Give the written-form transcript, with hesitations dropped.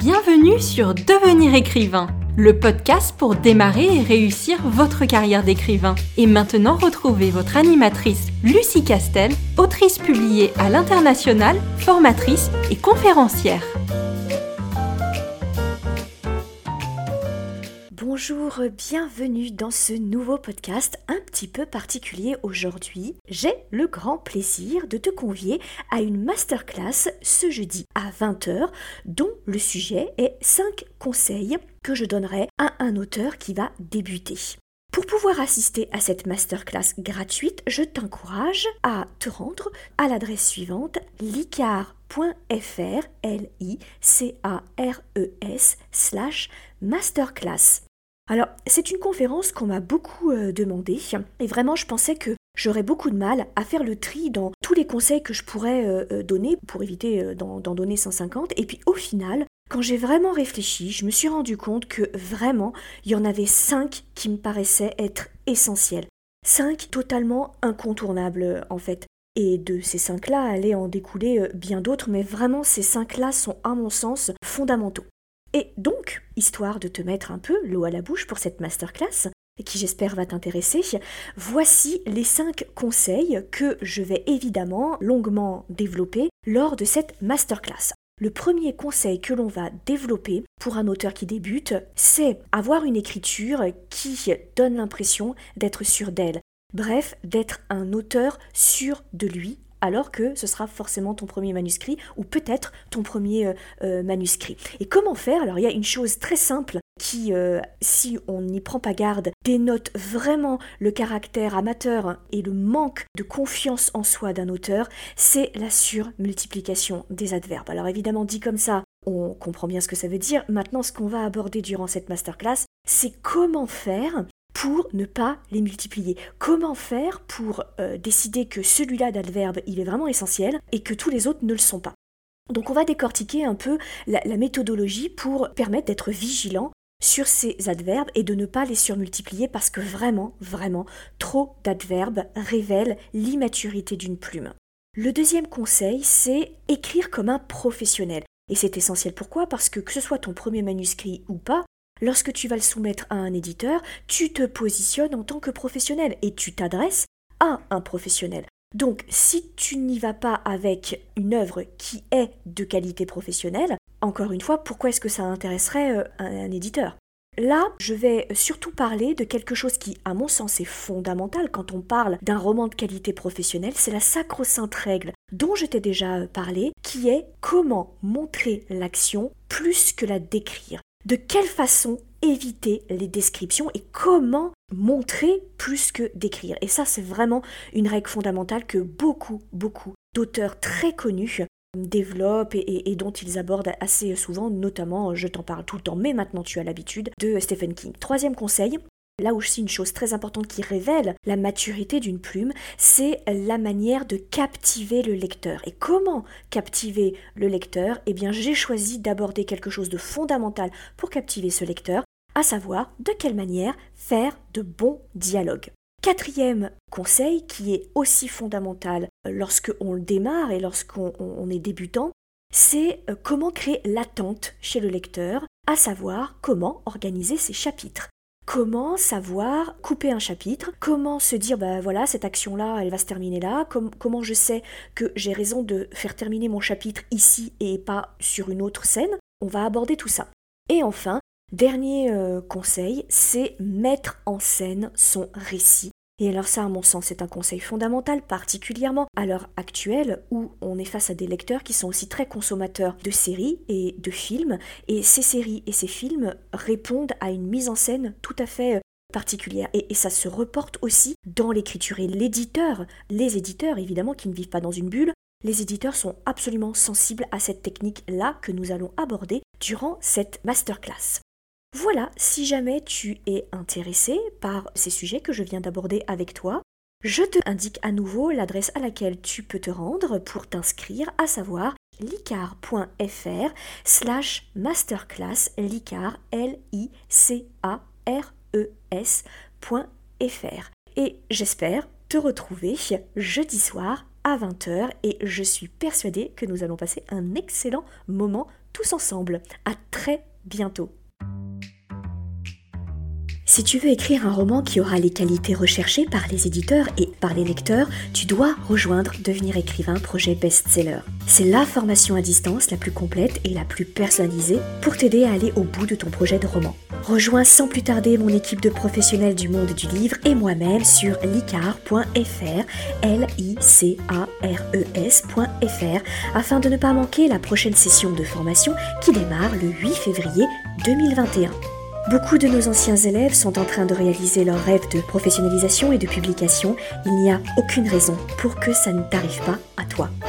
Bienvenue sur Devenir écrivain, le podcast pour démarrer et réussir votre carrière d'écrivain. Et maintenant, retrouvez votre animatrice Lucie Castel, autrice publiée à l'international, formatrice et conférencière. Bonjour, bienvenue dans ce nouveau podcast un petit peu particulier aujourd'hui. J'ai le grand plaisir de te convier à une masterclass ce jeudi à 20h dont le sujet est 5 conseils que je donnerai à un auteur qui va débuter. Pour pouvoir assister à cette masterclass gratuite, je t'encourage à te rendre à l'adresse suivante licares.fr licares/masterclass. Alors, c'est une conférence qu'on m'a beaucoup demandé et vraiment je pensais que j'aurais beaucoup de mal à faire le tri dans tous les conseils que je pourrais donner pour éviter d'en donner 150. Et puis au final, quand j'ai vraiment réfléchi, je me suis rendu compte que vraiment, il y en avait 5 qui me paraissaient être essentiels. 5 totalement incontournables en fait. Et de ces 5-là allaient en découler bien d'autres, mais vraiment ces 5-là sont à mon sens fondamentaux. Et donc, histoire de te mettre un peu l'eau à la bouche pour cette masterclass, qui j'espère va t'intéresser, voici les 5 conseils que je vais évidemment longuement développer lors de cette masterclass. Le premier conseil que l'on va développer pour un auteur qui débute, c'est avoir une écriture qui donne l'impression d'être sûr d'elle. Bref, d'être un auteur sûr de lui, alors que ce sera forcément ton premier manuscrit ou peut-être ton premier manuscrit. Et comment faire ? Alors il y a une chose très simple qui, si on n'y prend pas garde, dénote vraiment le caractère amateur et le manque de confiance en soi d'un auteur, c'est la surmultiplication des adverbes. Alors évidemment dit comme ça, on comprend bien ce que ça veut dire. Maintenant, ce qu'on va aborder durant cette masterclass, c'est comment faire pour ne pas les multiplier. Comment faire pour décider que celui-là d'adverbe, il est vraiment essentiel et que tous les autres ne le sont pas. Donc on va décortiquer un peu la méthodologie pour permettre d'être vigilant sur ces adverbes et de ne pas les surmultiplier parce que vraiment, trop d'adverbes révèlent l'immaturité d'une plume. Le deuxième conseil, c'est écrire comme un professionnel. Et c'est essentiel pourquoi ? Parce que ce soit ton premier manuscrit ou pas, lorsque tu vas le soumettre à un éditeur, tu te positionnes en tant que professionnel et tu t'adresses à un professionnel. Donc, si tu n'y vas pas avec une œuvre qui est de qualité professionnelle, encore une fois, pourquoi est-ce que ça intéresserait un éditeur ? Là, je vais surtout parler de quelque chose qui, à mon sens, est fondamental quand on parle d'un roman de qualité professionnelle, c'est la sacro-sainte règle dont je t'ai déjà parlé, qui est comment montrer l'action plus que la décrire. De quelle façon éviter les descriptions et comment montrer plus que décrire. Et ça, c'est vraiment une règle fondamentale que beaucoup d'auteurs très connus développent et dont ils abordent assez souvent, notamment, je t'en parle tout le temps, mais maintenant tu as l'habitude, de Stephen King. Troisième conseil, là aussi une chose très importante qui révèle la maturité d'une plume, c'est la manière de captiver le lecteur. Et comment captiver le lecteur ? Eh bien, j'ai choisi d'aborder quelque chose de fondamental pour captiver ce lecteur, à savoir de quelle manière faire de bons dialogues. Quatrième conseil, qui est aussi fondamental lorsqu'on le démarre et lorsqu'on est débutant, c'est comment créer l'attente chez le lecteur, à savoir comment organiser ses chapitres. Comment savoir couper un chapitre ? Comment se dire, voilà, cette action-là, elle va se terminer là ? Comment je sais que j'ai raison de faire terminer mon chapitre ici et pas sur une autre scène ? On va aborder tout ça. Et enfin, dernier conseil, c'est mettre en scène son récit. Et alors ça, à mon sens, c'est un conseil fondamental, particulièrement à l'heure actuelle où on est face à des lecteurs qui sont aussi très consommateurs de séries et de films. Et ces séries et ces films répondent à une mise en scène tout à fait particulière. Et ça se reporte aussi dans l'écriture. Et les éditeurs évidemment qui ne vivent pas dans une bulle, les éditeurs sont absolument sensibles à cette technique-là que nous allons aborder durant cette masterclass. Voilà, si jamais tu es intéressé par ces sujets que je viens d'aborder avec toi, je te indique à nouveau l'adresse à laquelle tu peux te rendre pour t'inscrire, à savoir licares.fr/masterclass, licares, licares.fr. Et j'espère te retrouver jeudi soir à 20h et je suis persuadée que nous allons passer un excellent moment tous ensemble. À très bientôt. Si tu veux écrire un roman qui aura les qualités recherchées par les éditeurs et par les lecteurs, tu dois rejoindre Devenir écrivain projet best-seller. C'est la formation à distance la plus complète et la plus personnalisée pour t'aider à aller au bout de ton projet de roman. Rejoins sans plus tarder mon équipe de professionnels du monde du livre et moi-même sur licares.fr, licares.fr, afin de ne pas manquer la prochaine session de formation qui démarre le 8 février 2021. Beaucoup de nos anciens élèves sont en train de réaliser leurs rêves de professionnalisation et de publication. Il n'y a aucune raison pour que ça ne t'arrive pas à toi.